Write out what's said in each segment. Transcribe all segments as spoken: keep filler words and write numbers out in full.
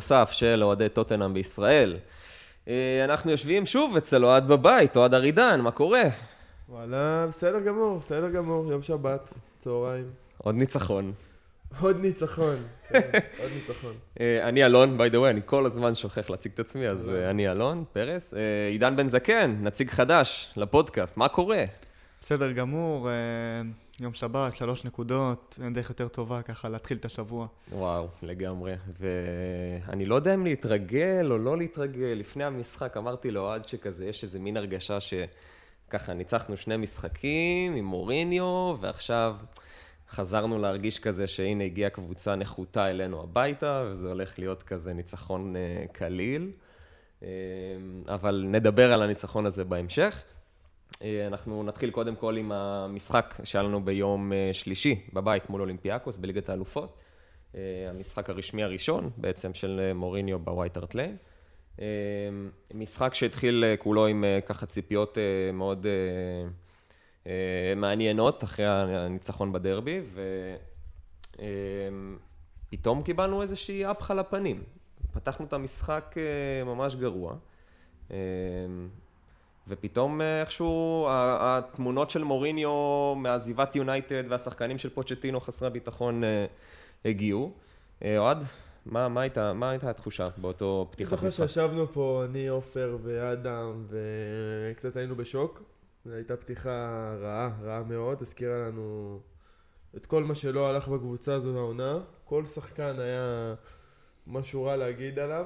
נוסף של אוהדי טוטנהאם בישראל. אנחנו יושבים שוב אצל אוהד בבית, אוהד ארידן, מה קורה? וואלה, בסדר גמור, בסדר גמור, יום שבת, צהריים. עוד ניצחון. עוד ניצחון, כן, עוד ניצחון. אני אלון, by the way, אני כל הזמן שוכח להציג את עצמי, אז אני אלון, פרס. עידן בן זקן, נציג חדש לפודקאסט, מה קורה? בסדר גמור, יום שבת, שלוש נקודות, אין דרך יותר טובה ככה להתחיל את השבוע. וואו, לגמרי. ואני לא יודע אם להתרגל או לא להתרגל. לפני המשחק אמרתי לאוהד שכזה, יש איזה מין הרגשה שככה ניצחנו שני משחקים עם מוריניו, ועכשיו חזרנו להרגיש כזה שהנה הגיעה קבוצה נחותה אלינו הביתה, וזה הולך להיות כזה ניצחון קליל. אבל נדבר על הניצחון הזה בהמשך. אנחנו נתחיל קודם כל עם המשחק שהיה לנו ביום שלישי בבית מול אולימפיאקוס בליגת האלופות. המשחק הרשמי הראשון בעצם של מוריניו בווייט הארט ליין. משחק שהתחיל כולו עם ככה ציפיות מאוד מעניינות אחרי הניצחון בדרבי, ופתאום קיבלנו איזושהי אפחה לפנים. פתחנו את המשחק ממש גרוע. ופתאום איכשהו התמונות של מוריניו מעזיבת יונייטד והשחקנים של פוצ'טינו חסרי ביטחון הגיעו. אוהד, מה, מה הייתה, מה הייתה התחושה באותו פתיחת משחק? אני זוכר שישבנו פה, אני, עופר ואדם, וקצת היינו בשוק. זו הייתה פתיחה רעה, רעה מאוד, הזכירה לנו את כל מה שלא הלך בקבוצה הזאת העונה. כל שחקן היה משהו רע להגיד עליו.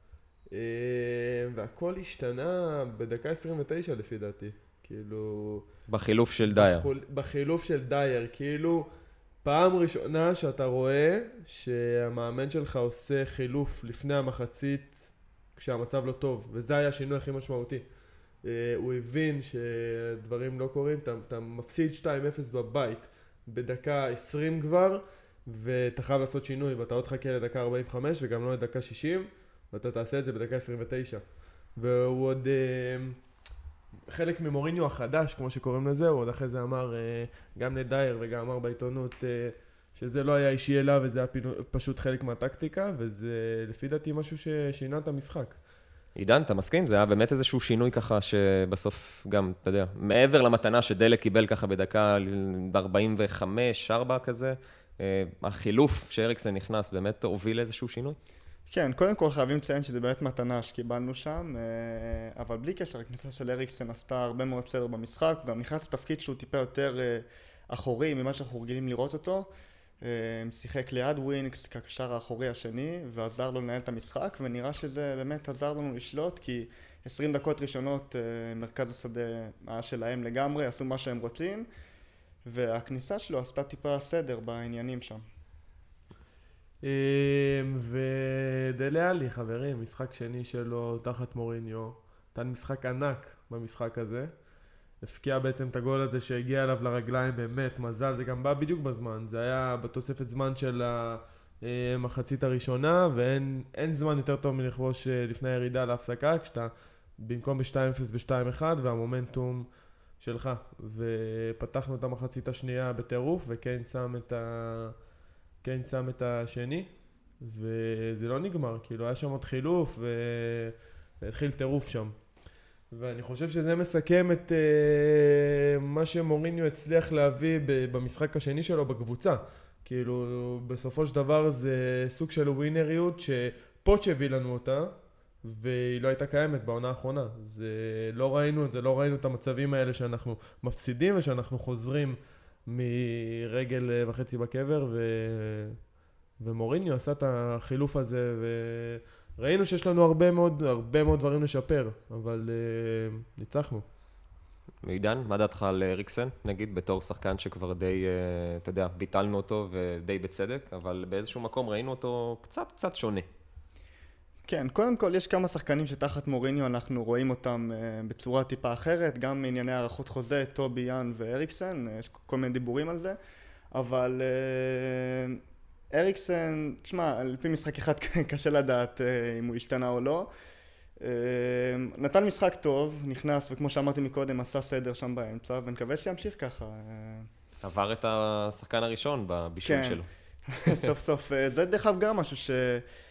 והכל השתנה בדקה עשרים ותשע לפי דעתי, כאילו... בחילוף של דייר. בחילוף של דייר, כאילו פעם ראשונה שאתה רואה שהמאמן שלך עושה חילוף לפני המחצית כשהמצב לא טוב, וזה היה השינוי הכי משמעותי. הוא הבין שדברים לא קורים, אתה, אתה מפסיד שתיים אפס בבית בדקה עשרים כבר, ואתה חייב לעשות שינוי, ואתה עוד חכה לדקה ארבעים וחמש וגם לא לדקה שישים, ואתה תעשה את זה בדקה עשרים ותשע. והוא עוד, חלק ממוריניו החדש, כמו שקוראים לזה, הוא עוד אחרי זה אמר, גם לדייר וגם אמר בעיתונות, שזה לא היה אישי אליו, וזה היה פשוט חלק מהטקטיקה, וזה לפי דעתי משהו ששינה את המשחק. עידן, אתה מסכים? זה היה באמת איזשהו שינוי ככה שבסוף גם, אתה יודע, מעבר למתנה שדלק קיבל ככה בדקה ארבעים וחמש, ארבע כזה, החילוף שאריקסן נכנס באמת הוביל איזשהו שינוי? כן, קודם כל חייבים לציין שזה באמת מתנה שקיבלנו שם, אבל בלי קשר, הכניסה של אריקסן עשתה הרבה מאוד סדר במשחק, הוא גם נכנס לתפקיד שהוא טיפה יותר אחורי ממה שאנחנו רגילים לראות אותו, שיחק ליד ווינקס כקשר האחורי השני, ועזר לו לנהל את המשחק, ונראה שזה באמת עזר לנו לשלוט, כי עשרים דקות ראשונות מרכז השדה היה שלהם לגמרי, עשו מה שהם רוצים, והכניסה שלו עשתה טיפה סדר בעניינים שם. ודלה עלי, חברים, משחק שני שלו תחת מוריניו, נתן משחק ענק במשחק הזה, הפקיע בעצם את הגול הזה שהגיע אליו לרגליים, באמת מזל, זה גם בא בדיוק בזמן, זה היה בתוספת זמן של המחצית הראשונה, ואין אין זמן יותר טוב מלכבוש לפני הירידה להפסקה, כשאתה במקום ב-שתיים אפס ב-שתיים אחד, והמומנטום שלך, ופתחנו את המחצית השנייה בטירוף, וקיין שם את ה... קיין שם את השני, וזה לא נגמר, כאילו היה שם עוד חילוף, והתחיל טירוף שם. ואני חושב שזה מסכם את uh, מה שמוריניו הצליח להביא במשחק השני שלו בקבוצה. כאילו, בסופו של דבר זה סוג של ווינריות שפוץ' הביא לנו אותה, והיא לא הייתה קיימת בעונה האחרונה. זה לא ראינו את זה, לא ראינו את המצבים האלה שאנחנו מפסידים, ושאנחנו חוזרים מרגל וחצי בקבר, ו... ומוריניו עשה את החילוף הזה, וראינו שיש לנו הרבה מאוד, הרבה מאוד דברים לשפר, אבל uh, ניצחנו. עידן, מה דעתך על אריקסן, נגיד, בתור שחקן שכבר די, uh, אתה יודע, ביטלנו אותו ודי בצדק, אבל באיזשהו מקום ראינו אותו קצת, קצת שונה. כן, קודם כל יש כמה שחקנים שתחת מוריניו אנחנו רואים אותם uh, בצורה טיפה אחרת, גם מענייני הערכות חוזה, טובי, יאן ואריקסן, יש כל מיני דיבורים על זה, אבל uh, אריקסן, תשמע, על פי משחק אחד קשה לדעת uh, אם הוא השתנה או לא, uh, נתן משחק טוב, נכנס וכמו שאמרתי מקודם עשה סדר שם באמצע, ונקווה שימשיך ככה. Uh... עבר את השחקן הראשון בבישול כן. שלו. סוף סוף, זה דרך אגב גם משהו ש...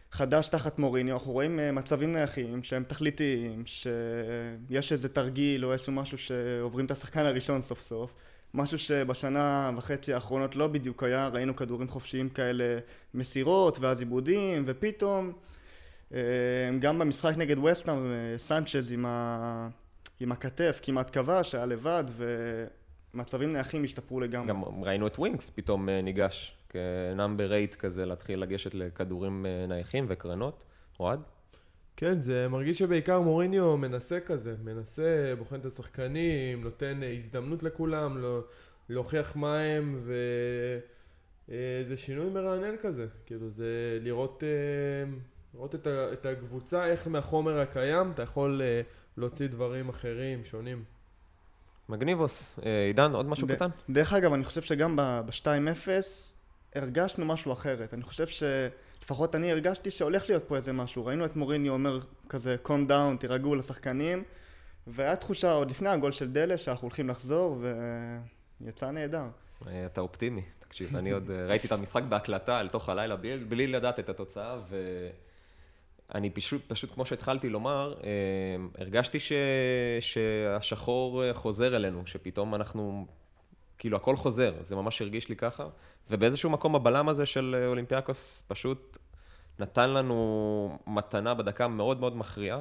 חדש תחת מוריניו, אנחנו רואים מצבים נייחים שהם תכליתיים, שיש איזה תרגיל או איזשהו משהו שעוברים את השחקן הראשון סוף סוף, משהו שבשנה וחצי האחרונות לא בדיוק היה, ראינו כדורים חופשיים כאלה, מסירות ואז עיבודים, ופתאום גם במשחק נגד ווסטהאם, סנצ'ז עם, ה... עם הכתף כמעט כבש, שהיה לבד, ומצבים נייחים השתפרו לגמרי. גם ראינו את ווינקס פתאום ניגש כנאמבר אייט כזה, להתחיל לגשת לכדורים נייחים וקרנות. אוהד? כן, זה מרגיש שבעיקר מוריניו מנסה כזה, מנסה, בוחן את השחקנים, נותן הזדמנות לכולם, לא, להוכיח מה הם, וזה שינוי מרענן כזה, כאילו זה לראות, לראות את, ה, את הקבוצה, איך מהחומר הקיים אתה יכול להוציא דברים אחרים, שונים. מגניבוס. עידן, עוד משהו ד, קטן? דרך אגב, אני חושב שגם ב-שתיים אפס הרגשנו משהו אחרת, אני חושב ש... לפחות אני הרגשתי שהולך להיות פה איזה משהו. ראינו את מוריניו אומר כזה, calm down, תירגעו לשחקנים, והיה תחושה עוד לפני הגול של דלה שאנחנו הולכים לחזור, ויצא נהדר. אתה אופטימי, תקשיב, אני עוד ראיתי את המשחק בהקלטה אל תוך הלילה, בלי, בלי לדעת את התוצאה, ואני פשוט, פשוט כמו שהתחלתי לומר, הרגשתי ש... שהשחור חוזר אלינו, שפתאום אנחנו, כאילו הכל חוזר, זה ממש הרגיש לי ככה. ובאיזשהו מקום הבלם הזה של אולימפיאקוס פשוט נתן לנו מתנה בדקה מאוד מאוד מכריעה,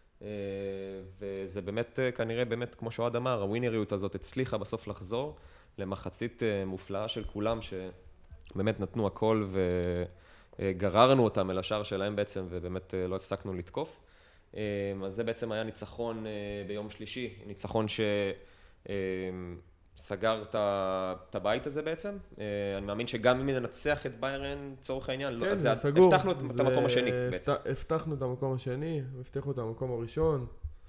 וזה באמת כנראה באמת כמו שאוהד אמר, הווינריות הזאת הצליחה בסוף לחזור למחצית מופלאה של כולם שבאמת נתנו הכל וגררנו אותם אל השער שלהם בעצם ובאמת לא הפסקנו לתקוף. אז זה בעצם היה ניצחון ביום שלישי, ניצחון ש... סגר את הבית הזה בעצם. אני מאמין שגם אם ננצח את ביירן, צורך העניין, כן, זה סגור. הבטחנו את המקום השני בעצם. הבטחנו את המקום השני, הבטחנו את המקום הראשון,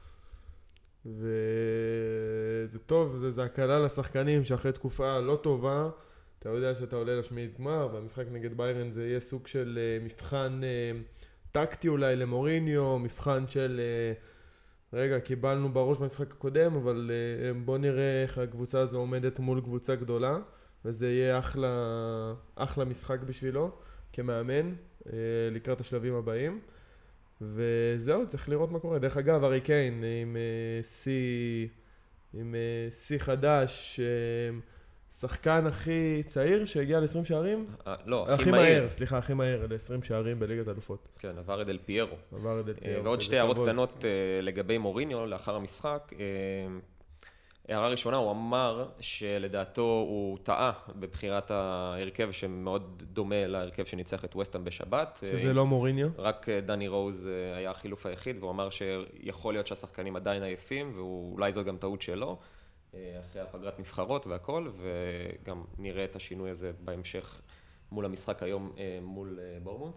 וזה טוב, זה הקלה לשחקנים שאחרי תקופה לא טובה, אתה יודע שאתה עולה לשמינית גמר, והמשחק נגד ביירן זה יהיה סוג של מבחן טקטי אולי למוריניו, מבחן של... רגע, קיבלנו בראש במשחק הקודם, אבל uh, בוא נראה איך הקבוצה הזו עומדת מול קבוצה גדולה, וזה יהיה אחלה, אחלה משחק בשבילו, כמאמן, uh, לקראת השלבים הבאים. וזהו, צריך לראות מה קורה. דרך אגב, ארי קיין עם סי, uh, עם סי uh, חדש, uh, שחקן הכי צעיר שהגיע ל-עשרים שערים? Uh, לא, הכי, הכי מהיר. מהר, סליחה, הכי מהר, ל-עשרים שערים בליגת האלופות. כן, עבר את אל פיירו. עבר את אל פיירו. ועוד שתי הערות קטנות לגבי מוריניו לאחר המשחק. הערה ראשונה, הוא אמר שלדעתו הוא טעה בבחירת ההרכב שמאוד דומה להרכב שניצח את ווסטהאם בשבת. שזה לא מוריניו? רק דני רוז היה החילוף היחיד, והוא אמר שיכול להיות שהשחקנים עדיין עייפים, ואולי זו גם טעות שלו, אחרי הפגרת נבחרות והכל, וגם נראה את השינוי הזה בהמשך מול המשחק היום מול בורנמות'.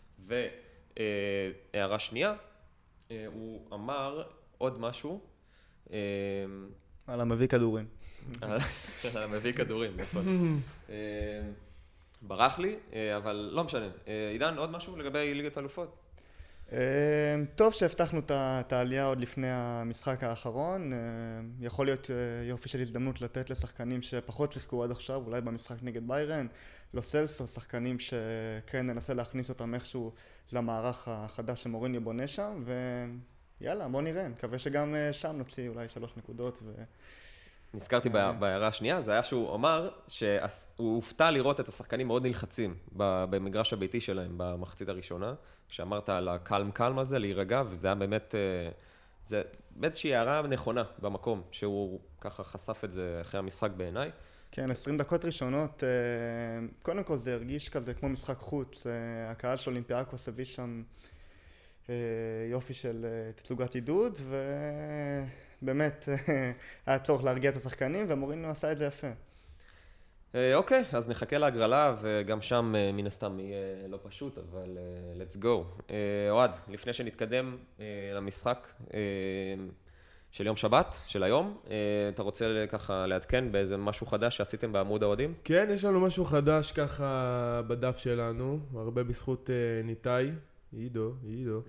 והערה שנייה, הוא אמר עוד משהו, על המביא כדורים. על המביא כדורים, נכון. ברח לי, אבל לא משנה. עידן, עוד משהו לגבי ליגת האלופות? טוב שהבטחנו את העלייה עוד לפני המשחק האחרון. יכול להיות יופי של הזדמנות לתת לשחקנים שפחות שיחקו עד עכשיו, אולי במשחק נגד ביירן, לא סלסו, שחקנים שכן ננסה להכניס אותם איכשהו למערך החדש שמוריניו בונה שם, ויאללה, בוא נראה, מקווה שגם שם נוציא אולי שלוש נקודות. ו... נזכרתי בהערה השנייה, זה היה שהוא אמר שהוא הופתע לראות את השחקנים מאוד נלחצים במגרש הביתי שלהם במחצית הראשונה, כשאמרת על הקלם קלם הזה, להירגע, וזה היה באמת, זה באיזושהי הערה נכונה במקום, שהוא ככה חשף את זה אחרי המשחק בעיניי. כן, עשרים דקות ראשונות, קודם כל זה הרגיש כזה כמו משחק חוץ, הקהל של אולימפיאקוס הביא שם יופי של תצוגת עידוד, ובאמת היה צורך להרגיע את השחקנים, ומוריניו עשה את זה יפה. אוקיי, אז נחכה להגרלה, וגם שם מן הסתם יהיה לא פשוט, אבל let's go. אוהד, לפני שנתקדם למשחק של יום שבת, של היום, אתה רוצה ככה לעדכן באיזה משהו חדש שעשיתם בעמוד האוהדים? כן, יש לנו משהו חדש ככה בדף שלנו, הרבה בזכות ניתאי, עידו, עידו.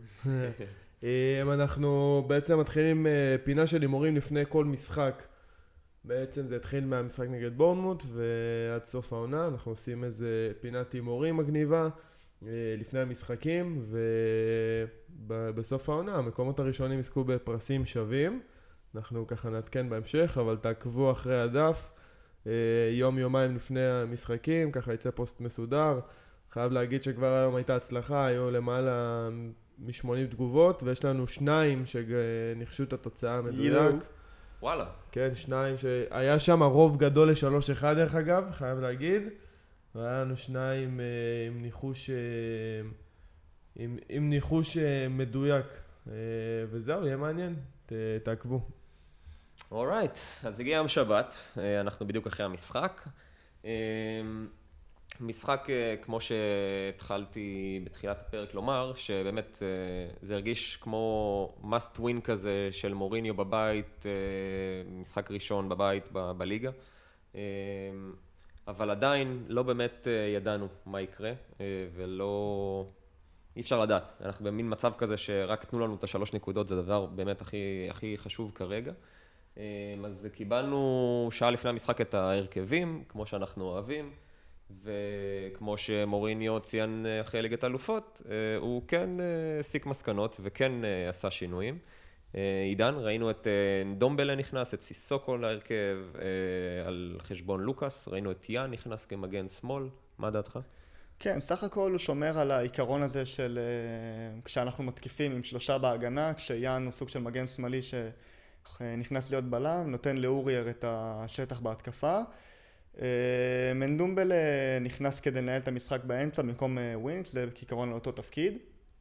אנחנו בעצם מתחילים פינה של הימורים לפני כל משחק. בעצם זה התחיל מהמשחק נגד בורנמות' ועד סוף העונה, אנחנו עושים איזה פינת הימורים מגניבה, לפני המשחקים, ובסוף העונה המקומות הראשונים עסקו בפרסים שווים. אנחנו ככה נעדכן בהמשך, אבל תעקבו אחרי הדף יום יומיים לפני המשחקים, ככה יצא פוסט מסודר. חייב להגיד שכבר היום הייתה הצלחה, היו למעלה מ-שמונים תגובות, ויש לנו שניים שנחשו את התוצאה המדויק. וואלה. כן, שניים שהיה שם רוב גדול ל-שלוש אחד דרך אגב, חייב להגיד. והיה לנו שניים עם ניחוש, עם, עם ניחוש מדויק. וזהו, יהיה מעניין, ת, תעקבו. אורייט, אז הגיע יום שבת, אנחנו בדיוק אחרי המשחק. משחק, כמו שהתחלתי בתחילת הפרק לומר, שבאמת זה הרגיש כמו must win כזה של מוריניו בבית, משחק ראשון בבית ב- בליגה. אבל עדיין לא באמת ידענו מה יקרה, ולא... אי אפשר לדעת. אנחנו במין מצב כזה שרק תנו לנו את השלוש נקודות, זה דבר באמת הכי, הכי חשוב כרגע. אז קיבלנו שעה לפני המשחק את ההרכבים, כמו שאנחנו אוהבים, וכמו שמוריניו ציין אחרי ליגת האלופות, הוא כן הסיק מסקנות וכן עשה שינויים. עידן, ראינו את דומבלה נכנס, את סיסוקו להרכב על חשבון לוקאס, ראינו את יאן נכנס כמגן שמאל, מה דעתך? כן, סך הכל הוא שומר על העיקרון הזה של כשאנחנו מתקיפים עם שלושה בהגנה, כשיאן הוא סוג של מגן שמאלי שנכנס להיות בלם, נותן לאורייר את השטח בהתקפה. מנדומבל נכנס כדי לנהל את המשחק באמצע במקום ווינקס, זה כעיקרון על אותו תפקיד.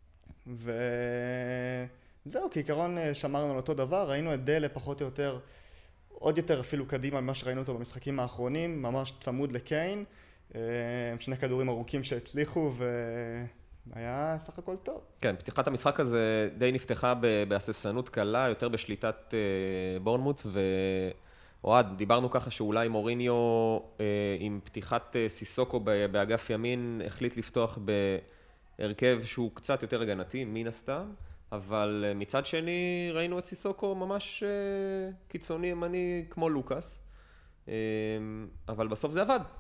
וזהו, כעיקרון שמרנו על אותו דבר, ראינו את דלה פחות או יותר, עוד יותר אפילו קדימה ממה שראינו אותו במשחקים האחרונים, ממש צמוד לקיין, שני כדורים ארוכים שהצליחו והיה סך הכל טוב. כן, פתיחת המשחק הזה די נפתחה בהססנות קלה, יותר בשליטת בורנמוט ו... אוהד, דיברנו ככה שאולי מוריניו עם פתיחת סיסוקו באגף ימין החליט לפתוח בהרכב שהוא קצת יותר הגנתי, מן הסתם, אבל מצד שני ראינו את סיסוקו ממש קיצוני ימני כמו לוקאס, אבל בסוף זה עבד.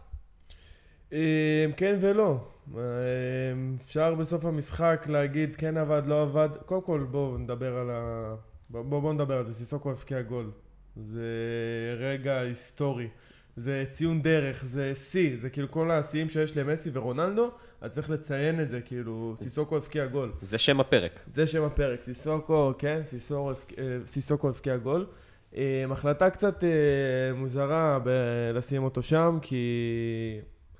כן ולא, אפשר בסוף המשחק להגיד כן עבד, לא עבד, קודם כל בואו נדבר על ה... בואו נדבר על זה, סיסוקו הבקיע גול. זה רגע היסטורי, זה ציון דרך, זה שיא, זה כאילו כל השיאים שיש למסי ורונלדו, אז צריך לציין את זה, כאילו סיסוקו הבקיע גול. זה שם הפרק. זה שם הפרק, סיסוקו, כן, סיסוקו הבקיע גול. החלטה קצת מוזרה לשים אותו שם, כי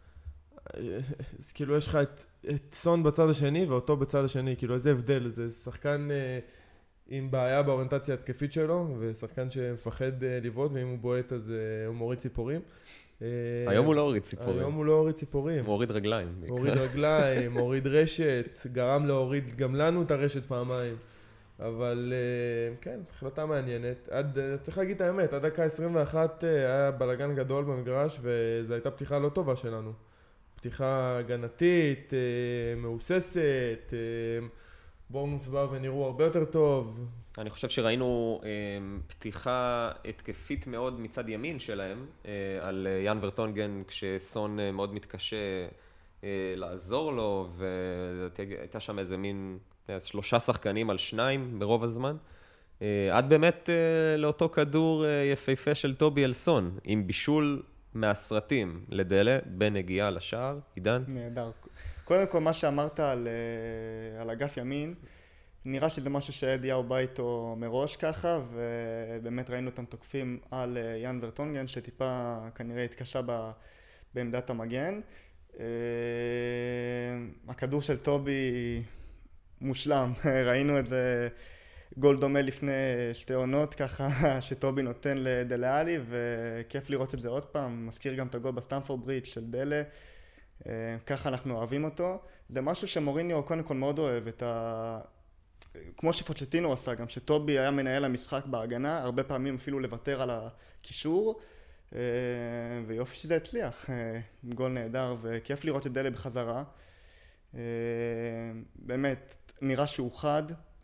כאילו יש לך את, את סון בצד השני ואותו בצד השני, כאילו איזה הבדל, זה שחקן... עם בעיה באוריינטציה התקפית שלו, ושחקן שמפחד לבעוט, ואם הוא בועט אז הוא מוריד ציפורים. היום הוא לא הוריד ציפורים. היום הוא לא הוריד ציפורים. הוא הוריד רגליים. הוריד רגליים, הוריד רשת, גרם להוריד גם לנו את הרשת פעמיים. אבל כן, החלטה מעניינת. עד, צריך להגיד את האמת, עד דקה עשרים ואחת היה בלגן גדול במגרש, וזו הייתה פתיחה לא טובה שלנו. פתיחה הגנתית, מאוססת, בורנמוט בא ונראו הרבה יותר טוב. אני חושב שראינו אה, פתיחה התקפית מאוד מצד ימין שלהם, אה, על יאן ורטונגן, כשסון אה, מאוד מתקשה אה, לעזור לו, והייתה שם איזה מין אה, שלושה שחקנים על שניים ברוב הזמן. אה, עד באמת אה, לאותו כדור אה, יפהפה של טובי אלסון, עם בישול מהסרטים לדלה, בנגיעה לשער. עידן? נהדר. קודם כל, מה שאמרת על, על אגף ימין, נראה שזה משהו שאדיהו בא איתו מראש ככה, ובאמת ראינו אותם תוקפים על יאן ורטונגן, שטיפה כנראה התקשה ב, בעמדת המגן. הכדור של טובי מושלם, ראינו את זה גול דומה לפני שתי עונות ככה, שטובי נותן לדלה-עלי, וכיף לראות את זה עוד פעם, מזכיר גם את הגול בסטמפורד ברידג' של דלה, ככה אנחנו אוהבים אותו. זה משהו שמוריניו קודם כל מאוד אוהב, את ה... כמו שפוצ'טינו עשה גם, שטובי היה מנהל המשחק בהגנה, הרבה פעמים אפילו לוותר על הקישור, ויופי שזה הצליח, גול נהדר, וכיף לראות את דלה בחזרה. באמת, נראה שהוא חד,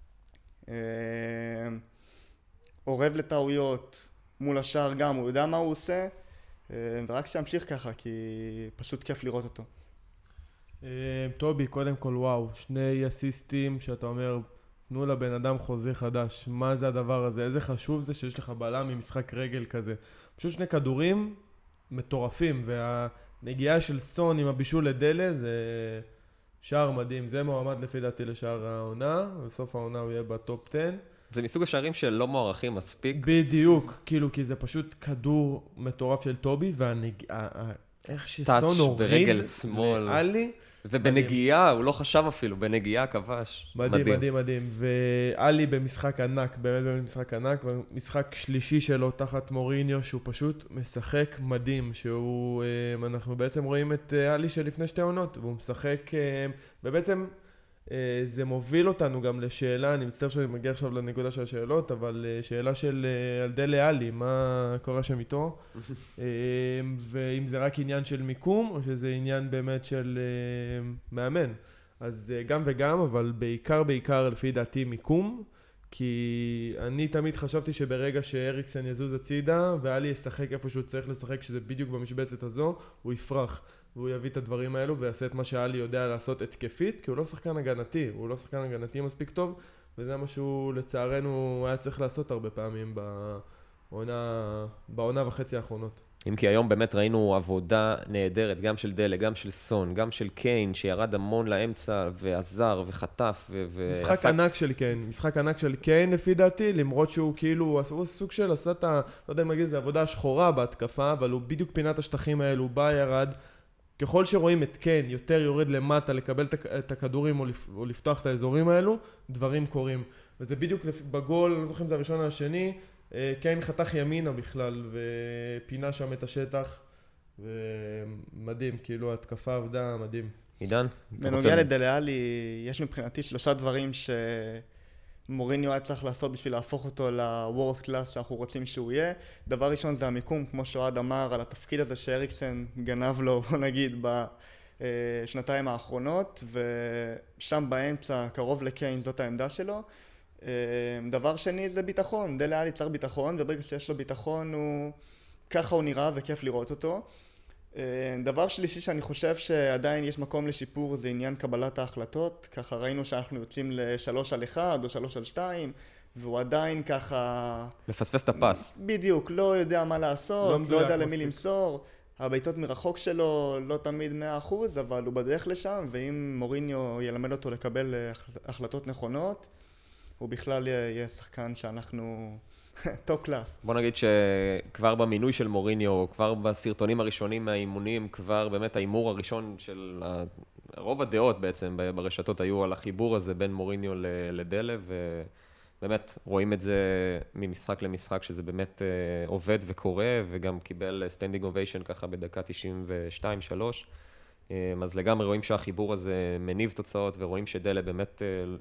עורב לטעויות מול השאר גם, הוא יודע מה הוא עושה, ורק שימשיך ככה, כי פשוט כיף לראות אותו. טובי, קודם כל, וואו, שני אסיסטים שאתה אומר, תנו לבן אדם חוזה חדש, מה זה הדבר הזה, איזה חשוב זה שיש לך בלם ממשחק רגל כזה. פשוט שני כדורים מטורפים, והנגיעה של סון עם הבישול לדלה זה שער מדהים, זה מועמד לפי דעתי לשער העונה, ובסוף העונה הוא יהיה בטופ עשר. זה מסוג השערים שלא מוערכים מספיק. בדיוק, כאילו, כי זה פשוט כדור מטורף של טובי, והנגיעה, איך שסון הוריד ברגל שמאל. לאלי, ובנגיעה, הוא לא חשב אפילו, בנגיעה כבש. מדהים, מדהים, מדהים. ואלי במשחק ענק, באמת באמת משחק ענק, משחק שלישי שלו תחת מוריניו, שהוא פשוט משחק מדהים, שהוא, אנחנו בעצם רואים את אלי שלפני שתי עונות, והוא משחק, ובעצם זה מוביל אותנו גם לשאלה, אני מצטער שאני מגיע עכשיו לנקודה של השאלות, אבל שאלה של על דלה אלי, מה קורה שם איתו, ואם זה רק עניין של מיקום, או שזה עניין באמת של מאמן. אז גם וגם, אבל בעיקר בעיקר לפי דעתי מיקום, כי אני תמיד חשבתי שברגע שאריקסן יזוז הצידה, ואלי ישחק איפה שהוא צריך לשחק, שזה בדיוק במשבצת הזו, הוא יפרח. והוא יביא את הדברים האלו ויעשה את מה שאלי יודע לעשות התקפית, כי הוא לא שחקן הגנתי, הוא לא שחקן הגנתי מספיק טוב, וזה מה שהוא לצערנו היה צריך לעשות הרבה פעמים בעונה, בעונה וחצי האחרונות. אם כי היום באמת ראינו עבודה נהדרת, גם של דלה, גם של סון, גם של קיין, שירד המון לאמצע ועזר וחטף. ו- משחק ועשה... ענק של קיין, משחק ענק של קיין לפי דעתי, למרות שהוא כאילו, הוא סוג של עשה את ה... לא יודע אם נגיד, זה עבודה שחורה בהתקפה, אבל הוא בדיוק פינת השטחים האלו, הוא בא ירד, ככל שרואים את קיין יותר יורד למטה לקבל את הכדורים או לפתוח את האזורים האלו, דברים קורים. וזה בדיוק בגול, לא זוכרים, זה הראשון או השני, קיין חתך ימינה בכלל ופינה שם את השטח, ומדהים, כאילו התקפה עבדה, מדהים. עידן? בנוגע לדלה אלי, יש מבחינתי שלושה דברים שמוריניו היה צריך לעשות בשביל להפוך אותו ל-World Class שאנחנו רוצים שהוא יהיה. דבר ראשון זה המיקום, כמו שאוהד אמר, על התפקיד הזה שאריקסן גנב לו, בוא נגיד, בשנתיים האחרונות, ושם באמצע, קרוב לקיין, זאת העמדה שלו. דבר שני זה ביטחון, דלה אלי צריך ביטחון, וברגע שיש לו ביטחון הוא... ככה הוא נראה וכיף לראות אותו. דבר שלישי שאני חושב שעדיין יש מקום לשיפור זה עניין קבלת ההחלטות, ככה ראינו שאנחנו יוצאים לשלוש על אחד או שלוש על שתיים, והוא עדיין ככה... מפספס את הפס. בדיוק, לא יודע מה לעשות, לא, לא יודע למי למסור, הביתות מרחוק שלו לא תמיד מאה אחוז, אבל הוא בדרך לשם, ואם מוריניו ילמד אותו לקבל החלטות נכונות, הוא בכלל יהיה שחקן שאנחנו טופ קלאס. בוא נגיד שכבר במינוי של מוריניו, כבר בסרטונים הראשונים מהאימונים, כבר באמת האימור הראשון של רוב הדעות בעצם ברשתות היו על החיבור הזה בין מוריניו לדלה, ובאמת רואים את זה ממשחק למשחק, שזה באמת עובד וקורה, וגם קיבל סטנדינג אוביישן ככה בדקה תשעים ושתיים שלוש. אז לגמרי רואים שהחיבור הזה מניב תוצאות, ורואים שדלה באמת...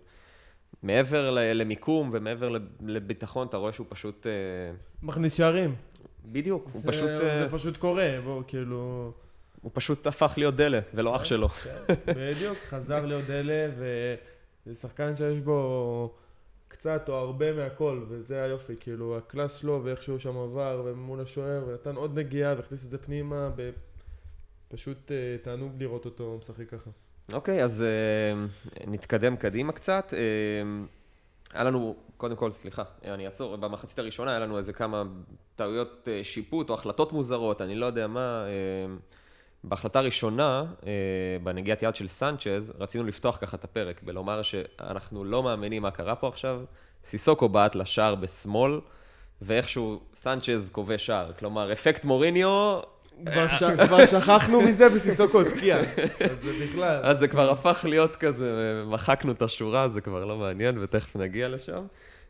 מעבר למיקום ומעבר לביטחון, אתה רואה שהוא פשוט... מכניס שערים. בדיוק, הוא פשוט... זה פשוט קורה, בוא, כאילו... הוא פשוט הפך להיות דלה, ולא אח שלו. בדיוק, חזר להיות דלה, וזה שחקן שיש בו קצת או הרבה מהכל, וזה היופי, כאילו, הקלאס שלו ואיך שהוא שם עבר, ומול השוער, ונתן עוד נגיעה, והכניס את זה פנימה, פשוט תענוג לראות אותו משחק ככה. אוקיי, אז uh, נתקדם קדימה קצת. Uh, היה לנו, קודם כל, סליחה, אני אעצור, במחצית הראשונה היה לנו איזה כמה טעויות uh, שיפוט או החלטות מוזרות, אני לא יודע מה. Uh, בהחלטה הראשונה, uh, בנגיעת יד של סנצ'ז, רצינו לפתוח ככה את הפרק, ולומר שאנחנו לא מאמינים מה קרה פה עכשיו. סיסוקו בעט לשער בשמאל, ואיכשהו סנצ'ז קובע שער. כלומר, אפקט מוריניו... כבר שכחנו מזה וסיסוקו הפקיע, אז זה בכלל. אז זה כבר הפך להיות כזה, מחקנו את השורה, זה כבר לא מעניין, ותכף נגיע לשם.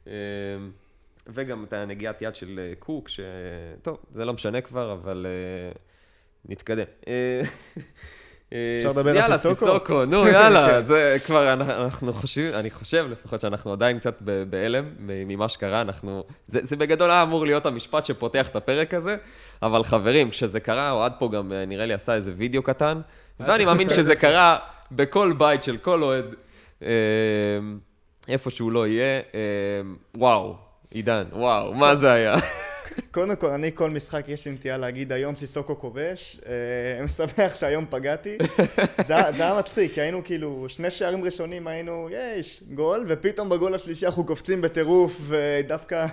וגם את הנגיעת יד של קוק, טוב, זה לא משנה כבר, אבל נתקדם. אפשר לדבר על סיסוקו? יאללה, סיסוקו, נו יאללה, זה כבר, אנחנו חושבים, אני חושב לפחות שאנחנו עדיין קצת בהלם ממה שקרה, אנחנו, זה, זה בגדול היה אמור להיות המשפט שפותח את הפרק הזה, אבל חברים, כשזה קרה, אוהד פה גם נראה לי עשה איזה וידאו קטן, ואני מאמין שזה קרה בכל בית של כל אוהד, איפה שהוא לא יהיה, וואו, עידן, וואו, מה זה היה? קודם כל, אני כל משחק יש לי נטייה להגיד היום סיסוקו כובש, אני שמח שהיום פגעתי. זה היה מצחיק, כי היינו כאילו, שני שערים ראשונים היינו, יש, גול, ופתאום בגול השלישי אנחנו קופצים בטירוף, ודווקא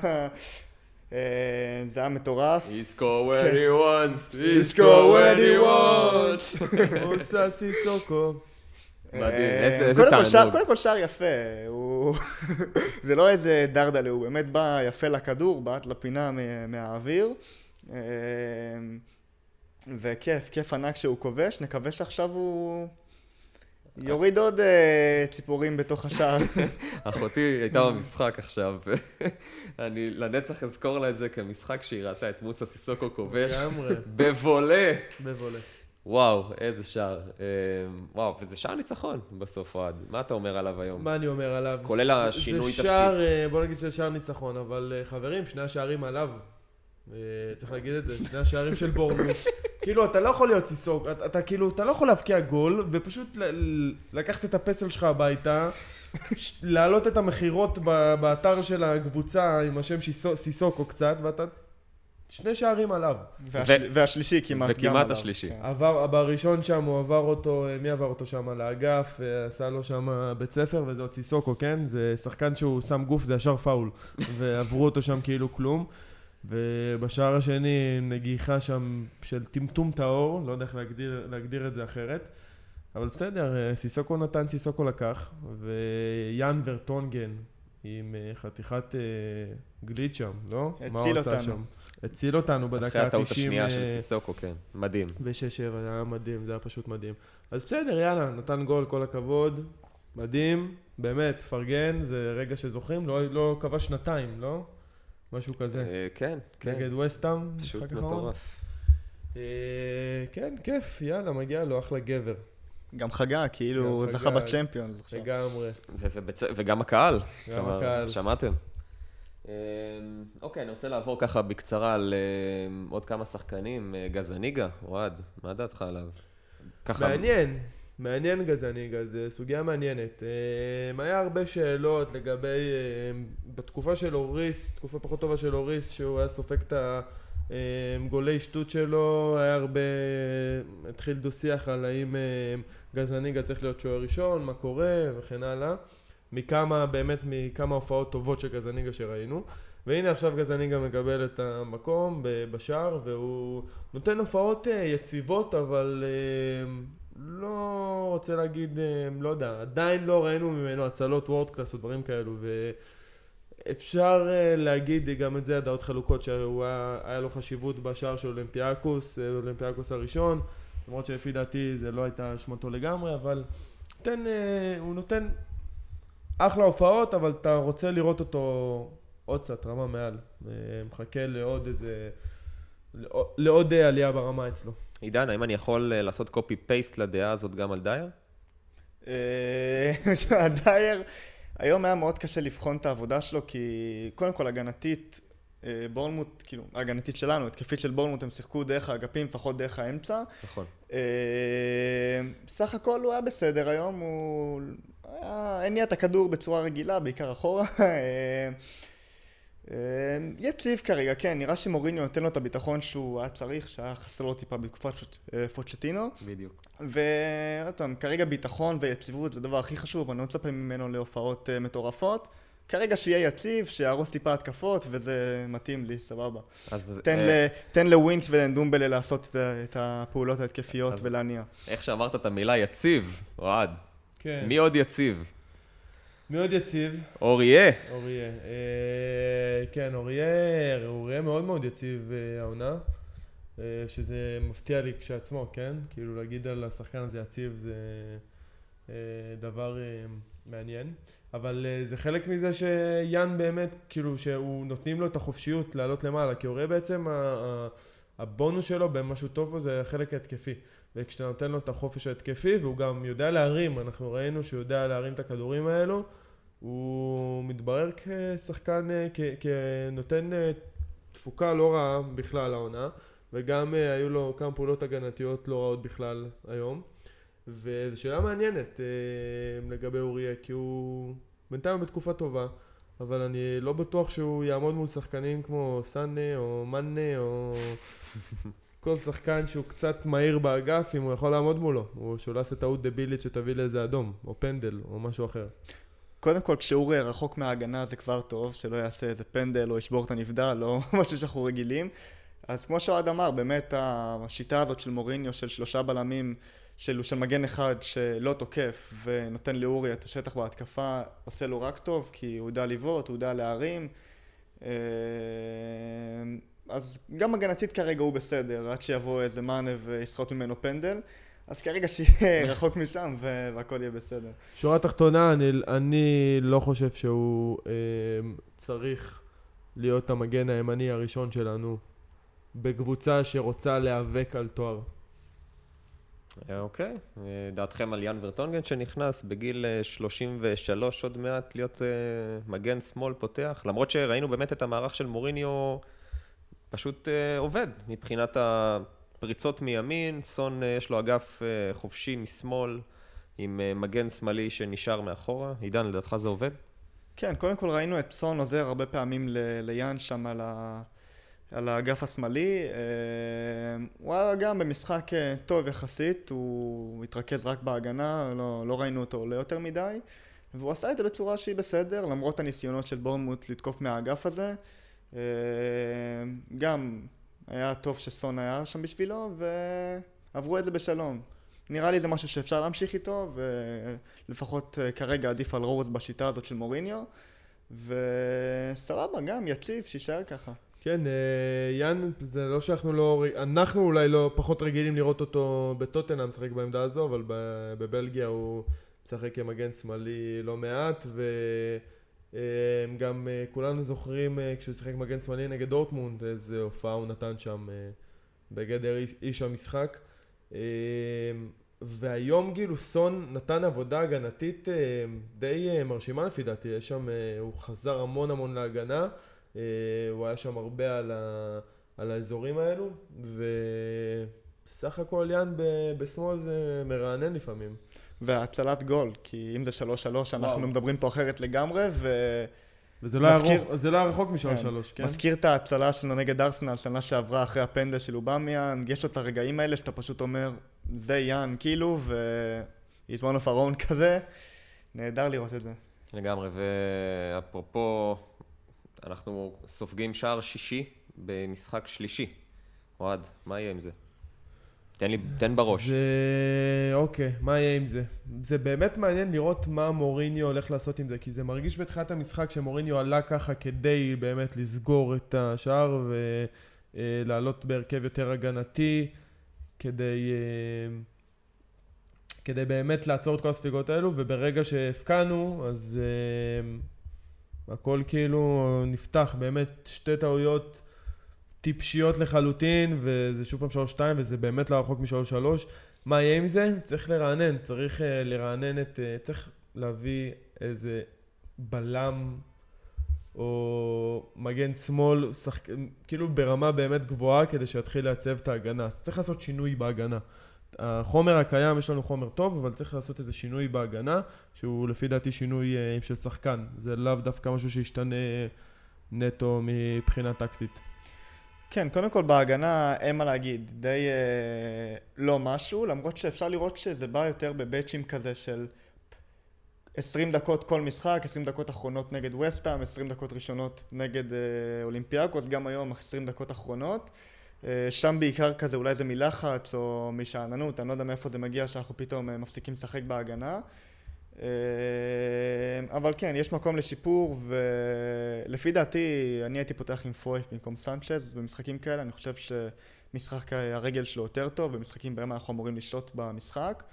זה היה מטורף. He score when he wants, he score when he wants. עושה סיסוקו. מדהים, איזה תענוג. קודם כל שער יפה, זה לא איזה דרדלה, הוא באמת בא יפה לכדור, בעט לפינה מהאוויר, וכיף, כיף ענק שהוא כובש, נקווה שעכשיו הוא יוריד עוד ציפורים בתוך השער. אחותי הייתה במשחק עכשיו, אני לנצח אזכור לה את זה כמשחק שהיא ראתה את מוסה סיסוקו כובש, בבולה. בבולה. וואו, איזה שער. וואו, וזה שער ניצחון בסוף, אוהד. מה אתה אומר עליו היום? מה אני אומר עליו? כולל השינוי תפקיד. זה שער, בוא נגיד שזה שער ניצחון, אבל חברים, שני השערים עליו, צריך להגיד את זה, שני השערים של בורנמוט. כאילו, אתה לא יכול להיות סיסוק, אתה כאילו, אתה לא יכול להבקיע גול, ופשוט לקחת את הפסל שלך הביתה, להעלות את המחירות באתר של הקבוצה עם השם סיסוקו קצת, ואתה... שני שערים עליו. והשלישי כמעט גם עליו. וכמעט השלישי. עבר, בראשון שם הוא עבר אותו, מי עבר אותו שם לאגף, עשה לו שם בית ספר, וזה עוד סיסוקו, כן? זה שחקן שהוא שם גוף, זה ישר פאול. ועברו אותו שם כאילו כלום. ובשער השני נגיחה שם של טמטום טהור, לא יודע איך להגדיר, להגדיר את זה אחרת. אבל בסדר, סיסוקו נתן, סיסוקו לקח, ויאן ורטונגן עם חתיכת גליץ' שם, לא? הציל אותנו. הציל אותנו בדקה ה-תשעים. אחרי הטעות השנייה של סיסוקו, כן. מדהים. ב-שש שבע, זה היה מדהים, זה היה פשוט מדהים. אז בסדר, יאללה, נתן גול, כל הכבוד. מדהים, באמת, פרגן, זה רגע שזוכרים, לא, לא קבע שנתיים, לא? משהו כזה. כן, כן. נגד ווסטהאם, פשוט מטורף. כן, כיף, יאללה, מגיע לו, אחלה גבר. גם חגה, כאילו זכה בצ'מפיונס. לגמרי. וגם הקהל. גם הקהל. שמעתם? אוקיי, אני רוצה לעבור ככה בקצרה על עוד כמה שחקנים. גזניגה, אוהד, מה דעתך עליו? מעניין, מעניין גזניגה, זו סוגיה מעניינת. היה הרבה שאלות לגבי, בתקופה של אוריס, תקופה פחות טובה של אוריס, שהוא היה סופק את הגולי שטות שלו, היה הרבה, התחיל דו-שיח על האם גזניגה צריך להיות שוער ראשון, מה קורה וכן הלאה. מכמה, באמת מכמה הופעות טובות של גזניגה שראינו. והנה עכשיו גזניגה מקבל את המקום בשער, והוא נותן הופעות יציבות, אבל לא רוצה להגיד, לא יודע, עדיין לא ראינו ממנו הצלות וורד קלאס או דברים כאלו, ואפשר להגיד גם את זה, הדעות חלוקות, שהיה לו חשיבות בשער של אולימפיאקוס, אולימפיאקוס הראשון, למרות שלפי דעתי זה לא הייתה שמתו לגמרי, אבל נותן, הוא נותן אחלה הופעות, אבל אתה רוצה לראות אותו עוד קצת, רמה מעל. מחכה לעוד איזה, לעוד עלייה ברמה אצלו. עידן, האם אני יכול לעשות קופי פייסט לדעה הזאת גם על דייר? הדייר, היום היה מאוד קשה לבחון את העבודה שלו, כי קודם כל הגנתית, בורנמוט, כאילו, הגנתית שלנו, התקפית של בורנמוט, הם שיחקו דרך האגפים, פחות דרך האמצע. נכון. סך הכל הוא היה בסדר היום, הוא הניע את הכדור בצורה רגילה, בעיקר אחורה. יציב כרגע, כן, נראה שמוריניו נותן לו את הביטחון שהוא היה צריך, שהיה חסר לו טיפה בתקופת פוצ'טינו. בדיוק. ועוד פעם, כרגע ביטחון ויציבות זה הדבר הכי חשוב, אני לא מצפה ממנו להופעות מטורפות. כרגע שיהיה יציב, שיהרוס טיפה התקפות, וזה מתאים לי, סבבה. תן לווינקס ולנדומבלה לעשות את הפעולות ההתקפיות ולהניע. איך שאמרת את המילה יציב, אוהד. כן. מי עוד יציב? מי עוד יציב? אוריה. אוריה. כן, אוריה, אוריה מאוד מאוד יציב העונה, שזה מפתיע לי כשעצמו, כן? כאילו להגיד על השחקן הזה יציב זה דבר מעניין. אבל זה חלק מזה שיאן באמת, כאילו, שהוא נותנים לו את החופשיות לעלות למעלה, כי אוריה בעצם, הבונוס שלו במשהו טוב בו זה החלק ההתקפי. וכשאתה נותן לו את החופש ההתקפי, והוא גם יודע להרים, אנחנו ראינו שהוא יודע להרים את הכדורים האלו, הוא מתברר כשחקן, כנותן תפוקה לא רעה בכלל העונה, וגם היו לו כמה פעולות הגנתיות לא רעות בכלל היום. וזו שאלה מעניינת לגבי אוריה, כי הוא בינתיים בתקופה טובה, אבל אני לא בטוח שהוא יעמוד מול שחקנים כמו סאנה או מנה או כל שחקן שהוא קצת מהיר באגף, אם הוא יכול לעמוד מולו, או שהוא לא עושה טעות דבילית שתביא לאיזה אדום, או פנדל, או משהו אחר. קודם כל, כשאורי רחוק מההגנה זה כבר טוב, שלא יעשה איזה פנדל או ישבור את הנבדל, או משהו שאנחנו רגילים. אז כמו שאוהד אמר, באמת השיטה הזאת של מוריניו, של שלושה בלמים, של, של מגן אחד שלא תוקף ונותן לאורי את השטח בהתקפה, עושה לו רק טוב, כי הוא יודע לבעוט, הוא יודע להרים. אז גם הגנתית כרגע הוא בסדר, עד שיבוא איזה מאנה ויסחוט ממנו פנדל. אז כרגע שיהיה רחוק משם והכל יהיה בסדר. שורה תחתונה, אני, אני לא חושב שהוא אה, צריך להיות המגן הימני הראשון שלנו בקבוצה שרוצה להיאבק על תואר. אוקיי, דעתכם על יאן ורטונגן שנכנס בגיל שלושים ושלוש עוד מעט להיות מגן שמאל פותח, למרות שראינו באמת את המערך של מוריניו פשוט עובד מבחינת הפריצות מימין, סון יש לו אגף חופשי משמאל עם מגן שמאלי שנשאר מאחורה. עידן, לדעתך זה עובד? כן, קודם כל ראינו את סון עוזר הרבה פעמים ליאן שם על ה... על האגף השמאלי. הוא היה גם במשחק טוב יחסית, הוא התרכז רק בהגנה, לא, לא ראינו אותו עולה יותר מדי, והוא עשה את זה בצורה שהיא בסדר, למרות הניסיונות של בורנמוט לתקוף מהאגף הזה. גם היה טוב שסון היה שם בשבילו, ועברו את זה בשלום. נראה לי זה משהו שאפשר להמשיך איתו, ולפחות כרגע עדיף על רוז בשיטה הזאת של מוריניו, וסבבה, גם יציב, שישאר ככה. כן, יאן, זה לא שאנחנו לא, אנחנו אולי לא פחות רגילים לראות אותו בטוטנהאם משחק בעמדה הזו, אבל בבלגיה הוא משחק כמגן שמאלי לא מעט, וגם כולנו זוכרים כשהוא שיחק מגן שמאלי נגד דורטמונד, איזה הופעה הוא נתן שם בגדר איש המשחק. והיום גילו סון נתן עבודה הגנתית די מרשימה לפי דעתי, יש שם, הוא חזר המון המון להגנה, הוא היה שם הרבה על, ה, על האזורים האלו, וסך הכל יאן בשמאל זה מרענן לפעמים. והצלת גול, כי אם זה שלוש שלוש אנחנו וואו. מדברים פה אחרת לגמרי, ו... וזה לא מזכיר... רחוק, זה לא היה רחוק משלוש שלוש, כן? מזכיר את ההצלה שלנו נגד ארסנל, שנה שעברה אחרי הפנדל של אובמיאנג, יש לו את הרגעים האלה שאתה פשוט אומר, זה יאן כאילו, ו-he's one of our own כזה, נהדר לראות את זה. לגמרי, ואפרופו... אנחנו סופגים שער שישי במשחק שלישי. אוהד, מה יהיה עם זה? תן לי, תן בראש. זה... אוקיי, מה יהיה עם זה? זה באמת מעניין לראות מה מוריניו הולך לעשות עם זה, כי זה מרגיש בתחילת המשחק שמוריניו עלה ככה כדי באמת לסגור את השער ולעלות בהרכב יותר הגנתי, כדי... כדי באמת לעצור את כל הספיגות האלו, וברגע שהפקענו, אז... הכל כאילו נפתח, באמת שתי טעויות טיפשיות לחלוטין, וזה שוב פעם שלוש שתיים, וזה באמת לא רחוק משלוש שלוש. מה יהיה עם זה? צריך לרענן, צריך לרענן את, צריך להביא איזה בלם או מגן שמאל, שחק... כאילו ברמה באמת גבוהה כדי שיתחיל לעצב את ההגנה. אז צריך לעשות שינוי בהגנה. החומר הקיים, יש לנו חומר טוב, אבל צריך לעשות איזה שינוי בהגנה, שהוא לפי דעתי שינוי uh, של שחקן. זה לאו דווקא משהו שישתנה נטו מבחינה טקטית. כן, קודם כל בהגנה אין מה להגיד, די uh, לא משהו, למרות שאפשר לראות שזה בא יותר בבאצ'ים כזה של עשרים דקות כל משחק, עשרים דקות אחרונות נגד וסטהאם, עשרים דקות ראשונות נגד uh, אולימפיאקוס, גם היום עשרים דקות אחרונות. שם בעיקר כזה, אולי זה מלחץ או משעננות, אני לא יודע מאיפה זה מגיע שאנחנו פתאום מפסיקים לשחק בהגנה. אבל כן, יש מקום לשיפור, ולפי דעתי אני הייתי פותח עם פרויף במקום סנצ'ז במשחקים כאלה. אני חושב שמשחק הרגל שלו יותר טוב, במשחקים בהם אנחנו אמורים לשלוט במשחק.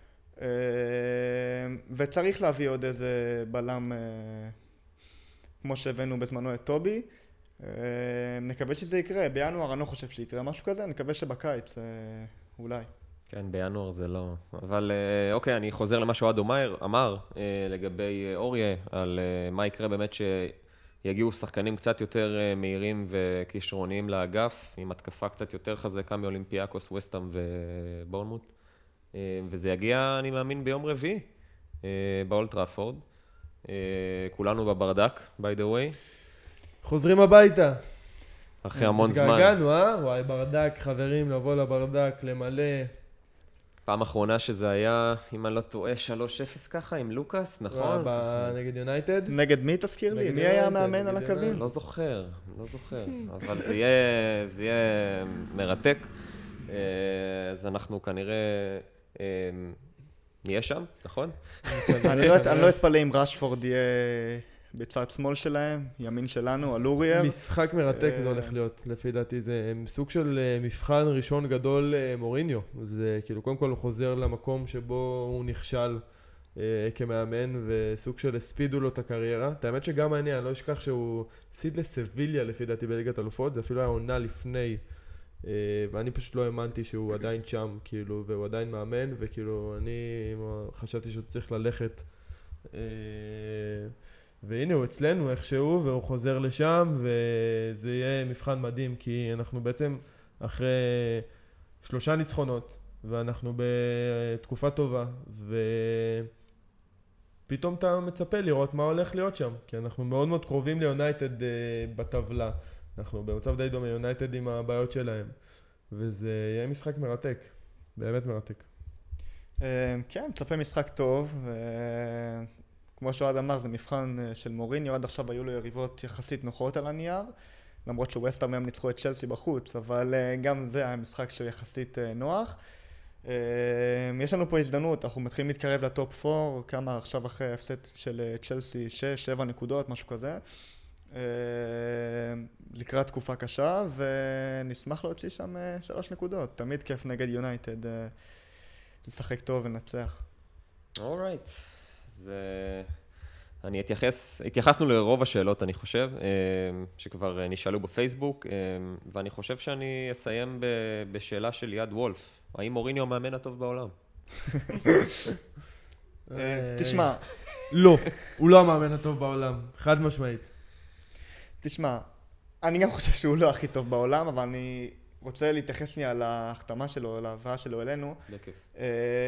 וצריך להביא עוד איזה בלם כמו שהבאנו בזמנו את טובי. נקווה שזה יקרה, בינואר אני לא חושב שיקרה משהו כזה, נקווה שבקיץ אולי. כן, בינואר זה לא, אבל אוקיי, אני חוזר למה שאוהד אמר לגבי אוריה, על מה יקרה באמת שיגיעו שחקנים קצת יותר מהירים וכישרוניים לאגף, עם התקפה קצת יותר חזקה מאולימפיאקוס, וסטהאם ובורנמוט, וזה יגיע, אני מאמין, ביום רביעי באולט טראפורד. כולנו בברדק, by the way. חוזרים הביתה. אחרי המון זמן. התגעגענו, אה? וואי, ברדק, חברים, לבוא לברדק, למלא. פעם אחרונה שזה היה, אם אני לא טועה, שלוש אפס ככה, עם לוקאס, נכון? נגד יונייטד? נגד מי תזכיר לי? מי היה המאמן על הקווים? לא זוכר, לא זוכר. אבל זה יהיה, זה יהיה מרתק. אז אנחנו כנראה נהיה שם, נכון? אני לא אתפלא אם רשפורד יהיה בצד שמאל שלהם, ימין שלנו, על אורייר. משחק מרתק זה הולך להיות, לפי דעתי. זה סוג של מבחן ראשון גדול מוריניו. זה כאילו, קודם כל הוא חוזר למקום שבו הוא נכשל כמאמן, וסוג של הספידו לו את הקריירה. את האמת שגם אני, אני לא אשכח שהוא הפסיד לסביליה, לפי דעתי, בליגת אלופות. זה אפילו היה עונה לפני, ואני פשוט לא האמנתי שהוא עדיין שם, כאילו, והוא עדיין מאמן, וכאילו, אני חשבתי שהוא צריך ללכת. והנה הוא אצלנו איכשהו, והוא חוזר לשם, וזה יהיה מבחן מדהים, כי אנחנו בעצם אחרי שלושה ניצחונות, ואנחנו בתקופה טובה, ופתאום אתה מצפה לראות מה הולך להיות שם, כי אנחנו מאוד מאוד קרובים ליונייטד בטבלה. אנחנו במצב די דומה יונייטד עם הבעיות שלהם, וזה יהיה משחק מרתק, באמת מרתק. כן, מצפה משחק טוב, כמו שאוהד אמר, זה מבחן של מוריניו, עד עכשיו היו לו יריבות יחסית נוחות על הנייר, למרות שווסטהאם הם ניצחו את צ'לסי בחוץ, אבל גם זה היה משחק שהוא יחסית נוח. יש לנו פה הזדמנות, אנחנו מתחילים להתקרב לטופ ארבע, כמה עכשיו אחרי ההפסד של צ'לסי, שש, שבע נקודות, משהו כזה. לקראת תקופה קשה, ונשמח להוציא שם שלוש נקודות. תמיד כיף נגד יונייטד לשחק טוב ולנצח. אורייט. זה... אני אתייחס, התייחסנו לרוב השאלות, אני חושב, שכבר נשאלו בפייסבוק, ואני חושב שאני אסיים בשאלה של ליעד וולף. האם מוריניו המאמן הטוב בעולם? תשמע. לא, הוא לא המאמן הטוב בעולם, חד משמעית. תשמע, אני גם חושב שהוא לא הכי טוב בעולם, אבל אני רוצה להתייחס לי על ההחתמה שלו, על ההבאה שלו אלינו. בכיף.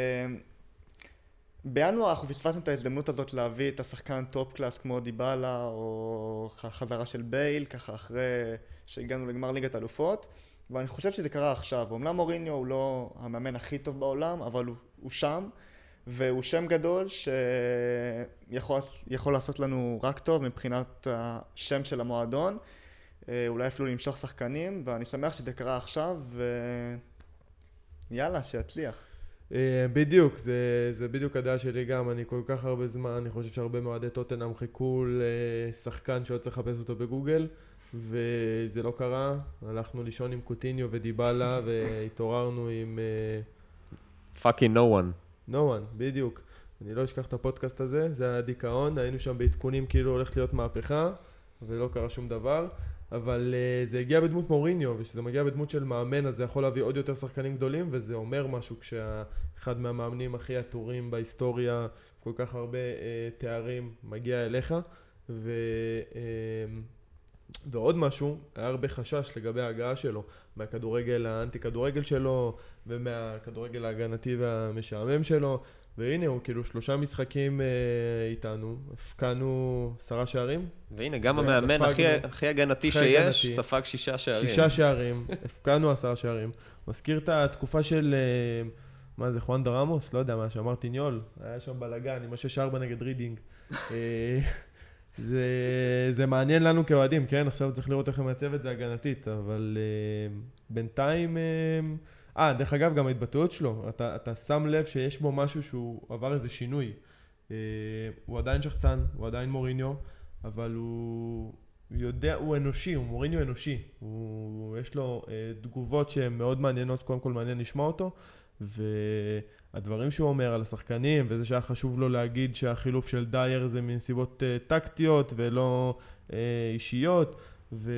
בינואר אנחנו פספסנו את ההזדמנות הזאת להביא את השחקן טופ קלאס כמו דיבאלה או חזרה של בייל, ככה אחרי שהגענו לגמר ליגת אלופות, ואני חושב שזה קרה עכשיו. אומנם מוריניו הוא לא המאמן הכי טוב בעולם, אבל הוא, הוא שם, והוא שם גדול שיכול יכול לעשות לנו רק טוב מבחינת השם של המועדון, אולי אפילו למשוך שחקנים, ואני שמח שזה קרה עכשיו, ויאללה, שיצליח. בדיוק, זה, זה בדיוק הדעה שלי גם, אני כל כך הרבה זמן, אני חושב שהרבה מועדי טוטנהאם חיכו לשחקן שעוד צריך לחפש אותו בגוגל, וזה לא קרה, הלכנו לישון עם קוטיניו ודיבאלה, והתעוררנו עם... fucking no one. no one, בדיוק. אני לא אשכח את הפודקאסט הזה, זה היה דיכאון, היינו שם בעדכונים כאילו הולכת להיות מהפכה, ולא קרה שום דבר. אבל uh, זה הגיע בדמות מוריניו, ושזה מגיע בדמות של מאמן, אז זה יכול להביא עוד יותר שחקנים גדולים, וזה אומר משהו כשאחד מהמאמנים הכי עטורים בהיסטוריה, כל כך הרבה uh, תארים, מגיע אליך. ו, uh, ועוד משהו, היה הרבה חשש לגבי ההגעה שלו, מהכדורגל האנטי-כדורגל שלו, ומהכדורגל ההגנתי והמשעמם שלו, והנה הוא כאילו שלושה משחקים אה, איתנו, הפקענו עשרה שערים. והנה גם המאמן הכי, הכי הגנתי שיש, הגנתי. ספג שישה שערים. שישה שערים, הפקענו עשרה שערים. מזכיר את התקופה של, אה, מה זה, חואן דרמוס? לא יודע מה, שאמר טיניול, היה שם בלגן עם השש ארבע נגד רידינג. אה, זה, זה מעניין לנו כאוהדים, כן? עכשיו צריך לראות איך מייצב את זה הגנתית, אבל אה, בינתיים... אה, אה, דרך אגב, גם ההתבטאות שלו, אתה, אתה שם לב שיש בו משהו שהוא עבר איזה שינוי. אה, הוא עדיין שחצן, הוא עדיין מוריניו, אבל הוא יודע, הוא אנושי, הוא מוריניו אנושי. הוא, יש לו אה, תגובות שהן מאוד מעניינות, קודם כל מעניין לשמוע אותו, והדברים שהוא אומר על השחקנים, וזה שהיה חשוב לו להגיד שהחילוף של דייר זה מנסיבות אה, טקטיות ולא אה, אישיות, ו...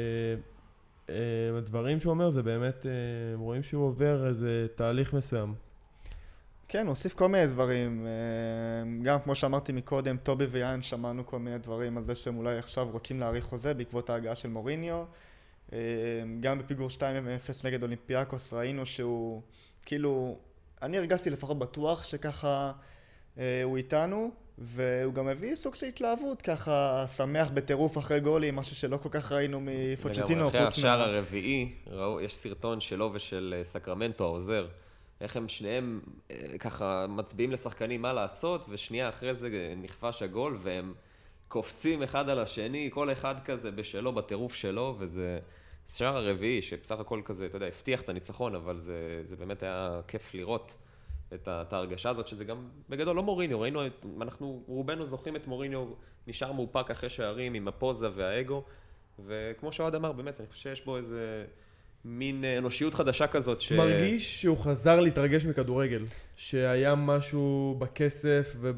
הדברים שהוא אומר זה באמת, רואים שהוא עובר איזה תהליך מסוים. כן, הוסיף כל מיני דברים. גם כמו שאמרתי מקודם, טובי ויאן שמענו כל מיני דברים על זה שהם אולי עכשיו רוצים להאריך חוזה בעקבות ההגעה של מוריניו. גם בפיגור שתיים אפס נגד אולימפיאקוס ראינו שהוא, כאילו, אני הרגשתי לפחות בטוח שככה הוא איתנו, והוא גם הביא סוג של התלהבות, ככה שמח בטירוף אחרי גולים, משהו שלא כל כך ראינו מפוצ'טינו. אחרי השער הרביעי, ראו, יש סרטון שלו ושל סקרמנטו, העוזר, איך הם שניהם ככה מצביעים לשחקנים מה לעשות, ושנייה אחרי זה נכבש הגול, והם קופצים אחד על השני, כל אחד כזה בשלו, בטירוף שלו, וזה שער הרביעי, שבסך הכל כזה, אתה יודע, הבטיח את הניצחון, אבל זה, זה באמת היה כיף לראות את, את ההרגשה הזאת, שזה גם בגדול לא מוריניו, ראינו, אנחנו רובנו זוכרים את מוריניו, נשאר מאופק אחרי שערים עם הפוזה והאגו, וכמו שעוד אמר, באמת, אני חושב שיש בו איזה מין אנושיות חדשה כזאת ש... מרגיש שהוא חזר להתרגש מכדורגל, שהיה משהו בכסף וב...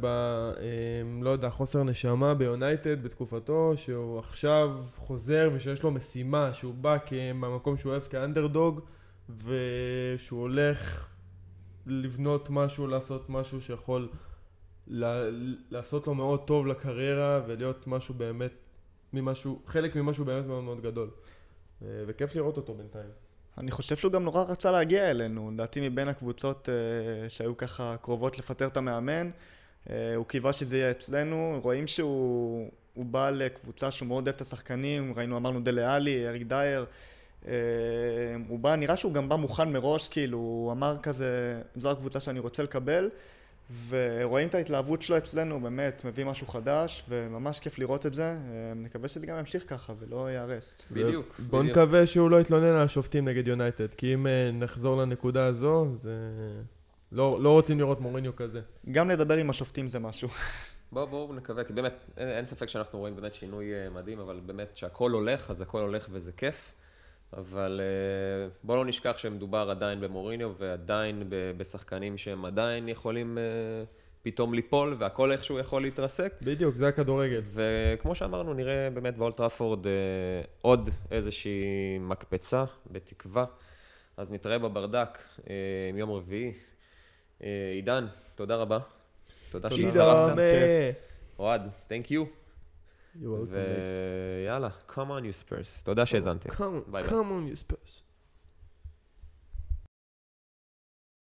לא יודע, חוסר נשמה ביונייטד בתקופתו, שהוא עכשיו חוזר ושיש לו משימה, שהוא בא במקום שהוא אוהב כאנדרדוג, ושהוא הולך לבנות משהו, לעשות משהו שיכול לעשות לו מאוד טוב לקריירה, ולהיות משהו באמת, ממשהו, חלק ממשהו באמת מאוד מאוד גדול. וכיף לראות אותו בינתיים. אני חושב שהוא גם נורא רצה להגיע אלינו, לדעתי מבין הקבוצות uh, שהיו ככה קרובות לפטר את המאמן, uh, הוא קיווה שזה יהיה אצלנו, רואים שהוא בא לקבוצה שהוא מאוד אוהב את השחקנים, ראינו, אמרנו דלה-עלי, אריק דייר, uh, הוא בא, נראה שהוא גם בא מוכן מראש, כאילו, הוא אמר כזה, זו הקבוצה שאני רוצה לקבל, ורואים את ההתלהבות שלו אצלנו, באמת, מביא משהו חדש, וממש כיף לראות את זה. נקווה שזה גם ימשיך ככה, ולא יערס. בדיוק. בוא נקווה שהוא לא יתלונן על השופטים נגד יונייטד, כי אם נחזור לנקודה הזו, זה... לא, לא רוצים לראות מוריניו כזה. גם לדבר עם השופטים זה משהו. בואו, בואו נקווה, כי באמת, אין, אין ספק שאנחנו רואים באמת שינוי מדהים, אבל באמת שהכל הולך, אז הכל הולך וזה כיף. אבל בואו לא נשכח שמדובר עדיין במוריניו, ועדיין בשחקנים שהם עדיין יכולים פתאום ליפול, והכל איכשהו יכול להתרסק. בדיוק, זה הכדורגל. וכמו שאמרנו, נראה באמת באולט טראפורד עוד איזושהי מקפצה, בתקווה. אז נתראה בברדק עם יום רביעי. עידן, תודה רבה. תודה שהצטרפת. אוהד, thank you. ויאללה, come on you Spurs. תודה שהזנתם. Come on you Spurs.